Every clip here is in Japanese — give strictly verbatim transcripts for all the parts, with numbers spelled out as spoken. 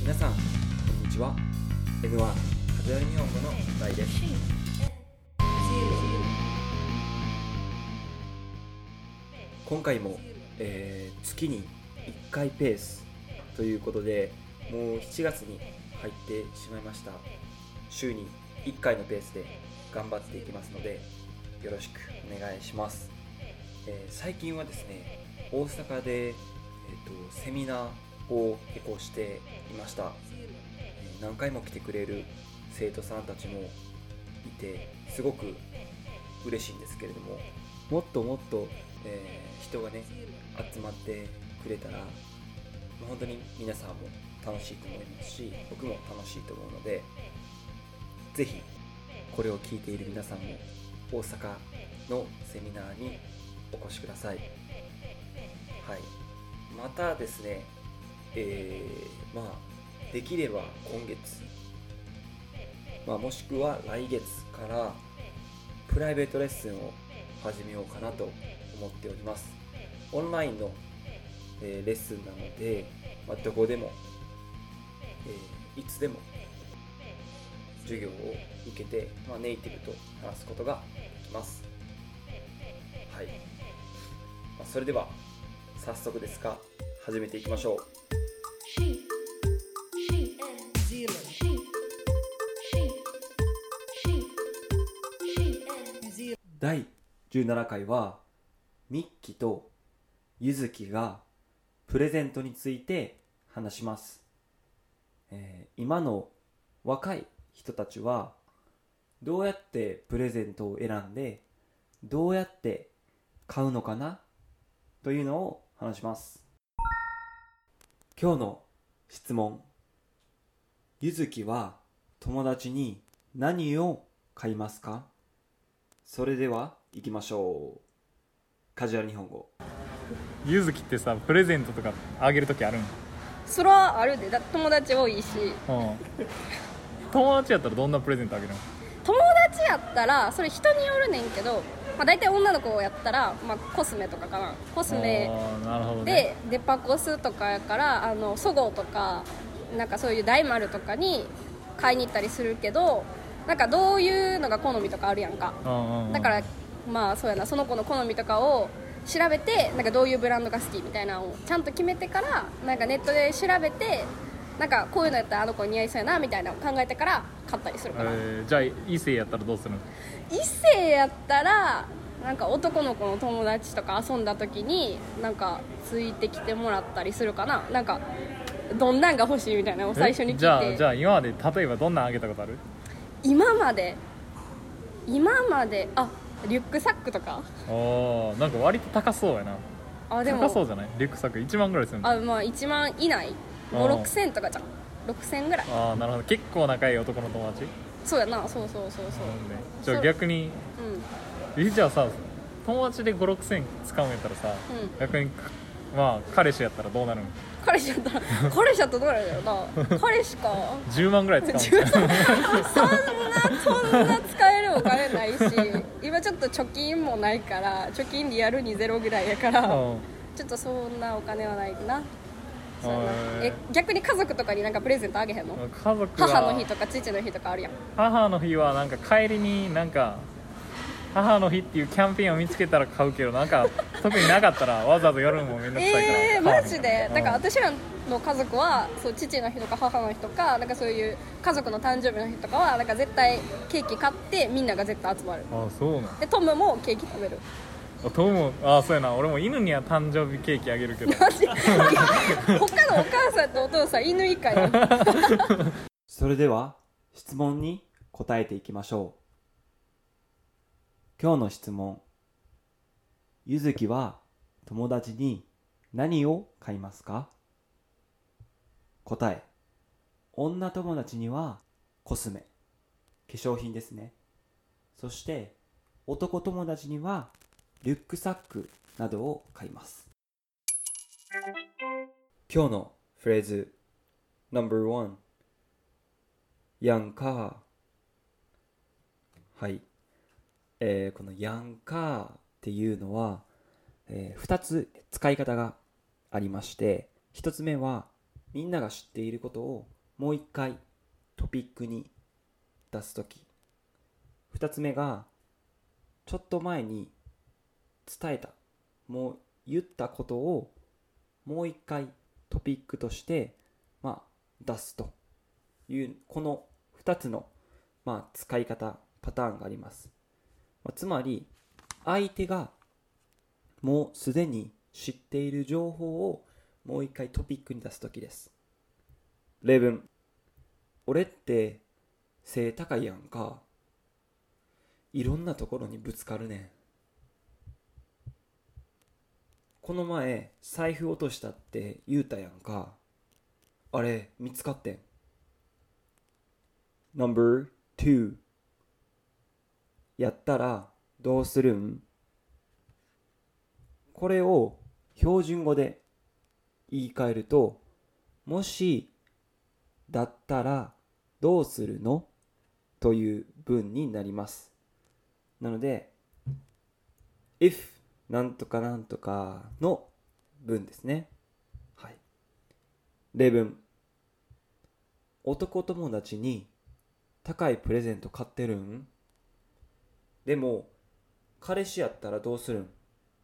皆さんこんにちは。 エヌワン カジュアル日本語の大です。今回も、えー、月にいっかいペースということで、もうしちがつに入ってしまいました。週にいっかいのペースで頑張っていきますのでよろしくお願いします。えー、最近はですね、大阪で、えー、とセミナーを結構していました。えー、何回も来てくれる生徒さんたちもいてすごく嬉しいんですけれども、もっともっと、えー、人がね集まってくれたら、本当に皆さんも楽しいと思いますし、僕も楽しいと思うので、ぜひこれを聞いている皆さんも大阪のセミナーにお越しください。はい。またですね、えー、まあできれば今月、まあ、もしくは来月からプライベートレッスンを始めようかなと思っております。オンラインの、えー、レッスンなので、まあ、どこでも、えー、いつでも授業を受けて、まあ、ネイティブと話すことができます。はい。まあ、それでは早速ですが始めていきましょう。だいじゅうななかいはミッキとユズキがプレゼントについて話します。えー、今の若い人たちはどうやってプレゼントを選んでどうやって買うのかなというのを話します。今日の質問。ゆずきは友達に何を買いますか？それでは行きましょう。カジュアル日本語。 ゆずきってさ、プレゼントとかあげるときあるん？ それはあるで、だ友達多いし。 うん。友達やったらどんなプレゼントあげるの？ 友達やったらそれ人によるねんけど、まあ、大体女の子やったら、まあ、コスメとかかな。コスメなるほど、ね、 でデパコスとかやから、あのそごうとかなんかそういう大丸とかに買いに行ったりするけど、なんかどういうのが好みとかあるやんか。 うんうんうん、 だからまあそうやな、その子の好みとかを調べて、なんかどういうブランドが好きみたいなのをちゃんと決めてから、なんかネットで調べて、なんかこういうのやったらあの子似合いそうやなみたいなのを考えてから買ったりするから、 えー、じゃあ異性やったらどうするの？ 異性やったらなんか男の子の友達とか遊んだ時になんかついてきてもらったりするかな。なんかどんなんが欲しいみたいなのを最初に聞いて。 じゃあじゃあ今まで例えばどんなんあげたことある？ 今まで今まであリュックサックとか。 ああ、なんか割と高そうやな。 あでも高そうじゃない？リュックサックいちまんぐらいするの？ あ、まあいちまん以内、ご、ろくせんとかじゃん。ろくせんぐらい。 ああ、なるほど。結構仲いい男の友達？ そうやな。そうそうそうそう、ね、 じゃあ逆に、うん、えじゃあさ、友達でご、ろくせん使うんやったらさ、うん、逆にまあ彼氏やったらどうなるの？彼氏やったら彼氏やったらどうなるんだよな。彼氏かじゅうまんぐらい使うんそんなそんな使えるお金ないし、今ちょっと貯金もないから、貯金リアルにゼロぐらいやから、うん、ちょっとそんなお金はないな。そうやな。え逆に家族とかになんかプレゼントあげへんの？ 家族は母の日とか父の日とかあるやん。 母の日はなんか帰りになんか母の日っていうキャンペーンを見つけたら買うけど、なんか特になかったらわざわざ夜もめんどくさいから。 えー、マジで、うん、なんか私らの家族はそう父の日とか母の日とか、なんかそういう家族の誕生日の日とかはなんか絶対ケーキ買ってみんなが絶対集まる。 あ、そうなん。 でトムもケーキ食べる。 あ、トム、あ、そうやな。俺も犬には誕生日ケーキあげるけど他のお母さんとお父さん犬以下やそれでは質問に答えていきましょう。今日の質問。ゆずきは友達に何を買いますか？答え。女友達にはコスメ、化粧品ですね。そして男友達にはリュックサックなどを買います。今日のフレーズ ナンバーワン、 ヤンカー。はい、えー、このヤンカーっていうのは、えー、ふたつ使い方がありまして、ひとつめはみんなが知っていることをもう一回トピックに出すとき。二つ目がちょっと前に伝えた、もう言ったことをもう一回トピックとしてまあ出すという、この二つのまあ使い方パターンがあります。まあ、つまり相手がもうすでに知っている情報をもう一回トピックに出すときです。例文、俺って背高いやんか。いろんなところにぶつかるねん。この前財布落としたって言うたやんか。あれ見つかってん。ナンバーに、やったらどうするん？これを標準語で言い換えると、もしだったらどうするの？という文になります。なので if なんとかなんとかの文ですね。はい。例文、男友達に高いプレゼント買ってるん？でも彼氏やったらどうするん？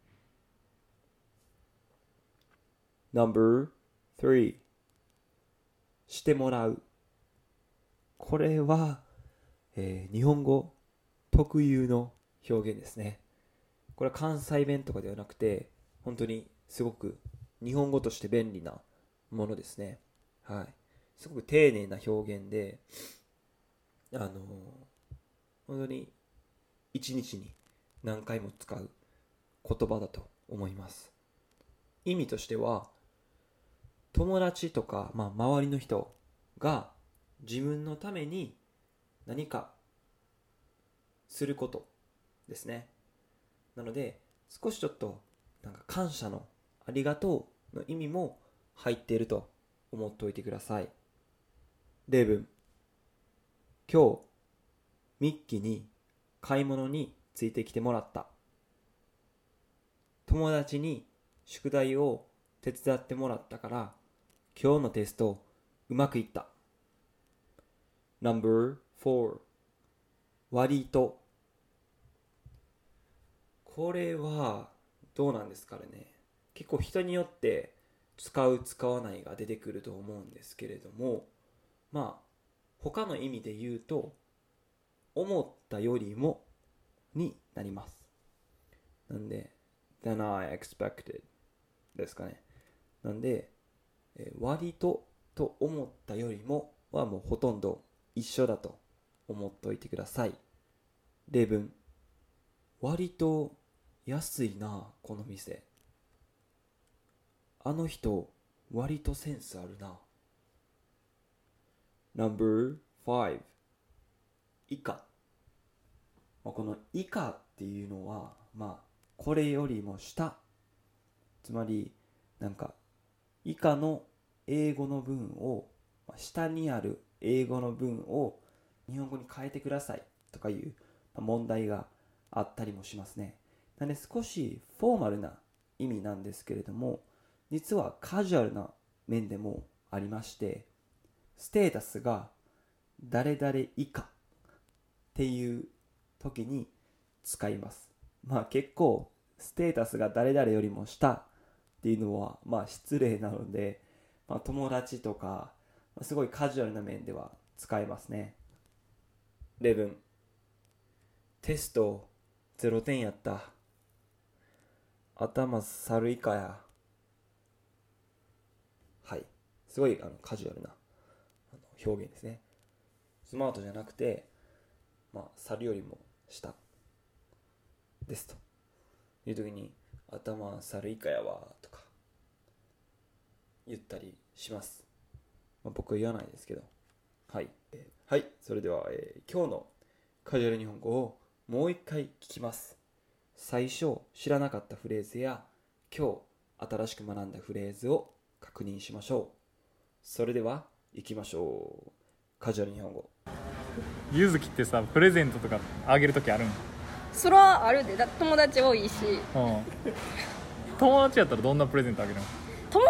ナンバーさん、してもらう。これは、えー、日本語特有の表現ですね。これは関西弁とかではなくて、本当にすごく日本語として便利なものですね。はい。すごく丁寧な表現で、あのー、本当に一日に何回も使う言葉だと思います。意味としては、友達とか、まあ、周りの人が自分のために何かすることですね。なので少しちょっとなんか感謝のありがとうの意味も入っていると思っておいてください。例文、今日ミッキーに買い物についてきてもらった。友達に宿題を手伝ってもらったから今日のテストうまくいった。ナンバーよん、割と。これはどうなんですかね。結構人によって使う使わないが出てくると思うんですけれども、まあ他の意味で言うと思ったよりもになります。なんで than I expected ですかね。なんで、えー、割とと思ったよりもはもうほとんど一緒だと思っておいてください。例文、割と安いなこの店。あの人割とセンスあるな。ナンバーご、以下。この以下っていうのはまあこれよりも下、つまりなんか以下の英語の文を下にある英語の文を日本語に変えてくださいとかいう問題があったりもしますね。なので少しフォーマルな意味なんですけれども、実はカジュアルな面でもありまして、ステータスが誰々以下っていう時に使います。まあ結構ステータスが誰々よりも下っていうのはまあ失礼なので、まあ、友達とかすごいカジュアルな面では使えますね。例文、テストゼロてんやった。頭猿以下や。はい、すごいあのカジュアルな表現ですね。スマートじゃなくて、まあ猿よりも下ですという時に、頭猿以下やわとか言ったりします。まあ、僕は言わないですけど、はい、えー、はい、それでは、えー、今日のカジュアル日本語をもう一回聞きます。最初知らなかったフレーズや今日新しく学んだフレーズを確認しましょう。それでは行きましょう。カジュアル日本語。 ゆずきってさ、プレゼントとかあげるときあるん？ それはあるで、だ友達多いし、 うん、友達やったらどんなプレゼントあげるの？ 友達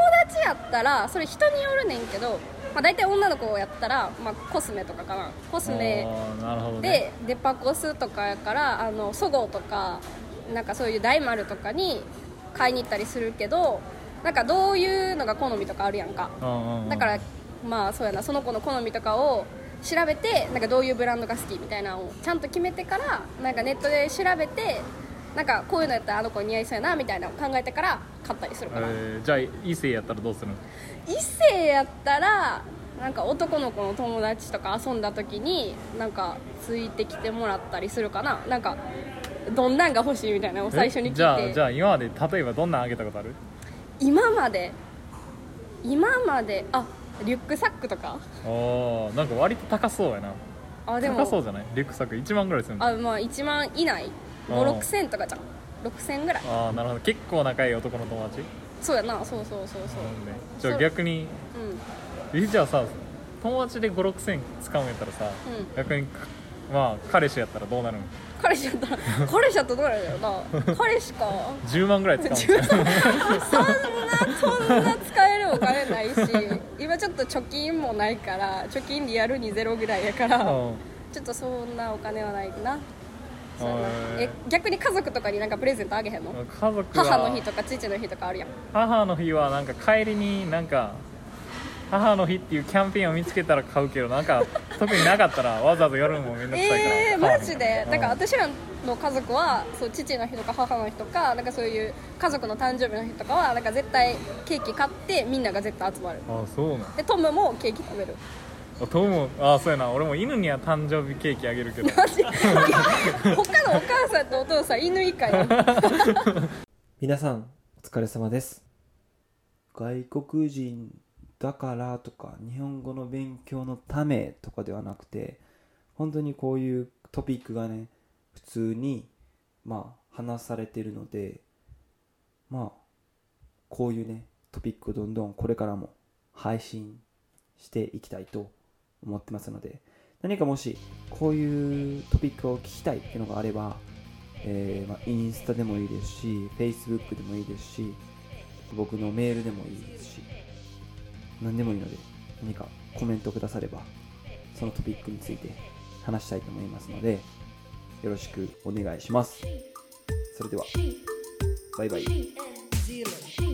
やったらそれ人によるねんけど、まあ、大体女の子やったら、まあ、コスメとかかな。コスメで、ね、デパコスとかやからあのそごうとかなんかそういう大丸とかに買いに行ったりするけど、なんかどういうのが好みとかあるやんか。だからまあそうやな、その子の好みとかを調べて、なんかどういうブランドが好きみたいなのをちゃんと決めてから、なんかネットで調べて、なんかこういうのやったらあの子似合いそうやなみたいなのを考えてから買ったりするから、 えー、じゃあ異性やったらどうするの？ 異性やったらなんか男の子の友達とか遊んだ時になんかついてきてもらったりするかな。なんかどんなんが欲しいみたいなのを最初に聞いて。 じゃあじゃあ今まで例えばどんなんあげたことある？ 今まで今まであリュックサックとか。 ああ、なんか割と高そうやな。あ、でも高そうじゃない？リュックサックいちまんぐらいするの？あ、 まあいちまん以内、ご、ろくせんとかじゃん。ろくせんぐらい。 ああ、なるほど。結構仲いい男の友達？ そうやな。そうそうそうそう、ね、 じゃあ逆に、うん、えじゃあさ、友達でご、ろくせん使うんやったらさ、うん、逆にまあ彼氏やったらどうなるの？彼氏やったら彼氏やったらどうなるんだよな。彼氏かじゅうまんぐらい使うんそんなそんな使えるお金ないし、今ちょっと貯金もないから、貯金リアルにゼロぐらいやから、うん、ちょっとそんなお金はないな。そうやな。え、逆に家族とかになんかプレゼントあげへんの？ 家族は母の日とか父の日とかあるやん。 母の日はなんか帰りになんか母の日っていうキャンペーンを見つけたら買うけど、なんか特になかったらわざわざ夜もめんどくさいから。 えー、マジで、うん、なんか私らの家族はそう父の日とか母の日とか、なんかそういう家族の誕生日の日とかはなんか絶対ケーキ買ってみんなが絶対集まる。 あ、そうなんでトムもケーキ食べる。 トムも、あ、そうやな。俺も犬には誕生日ケーキあげるけど他のお母さんとお父さん犬以下や皆さんお疲れ様です。外国人だからとか日本語の勉強のためとかではなくて、本当にこういうトピックがね普通にまあ話されているので、まあこういうねトピックをどんどんこれからも配信していきたいと思ってますので、何かもしこういうトピックを聞きたいっていうのがあれば、えーまあ、インスタでもいいですし Facebook でもいいですし、僕のメールでもいいですし、何でもいいので何かコメントくださればそのトピックについて話したいと思いますので、よろしくお願いします。それではバイバイ。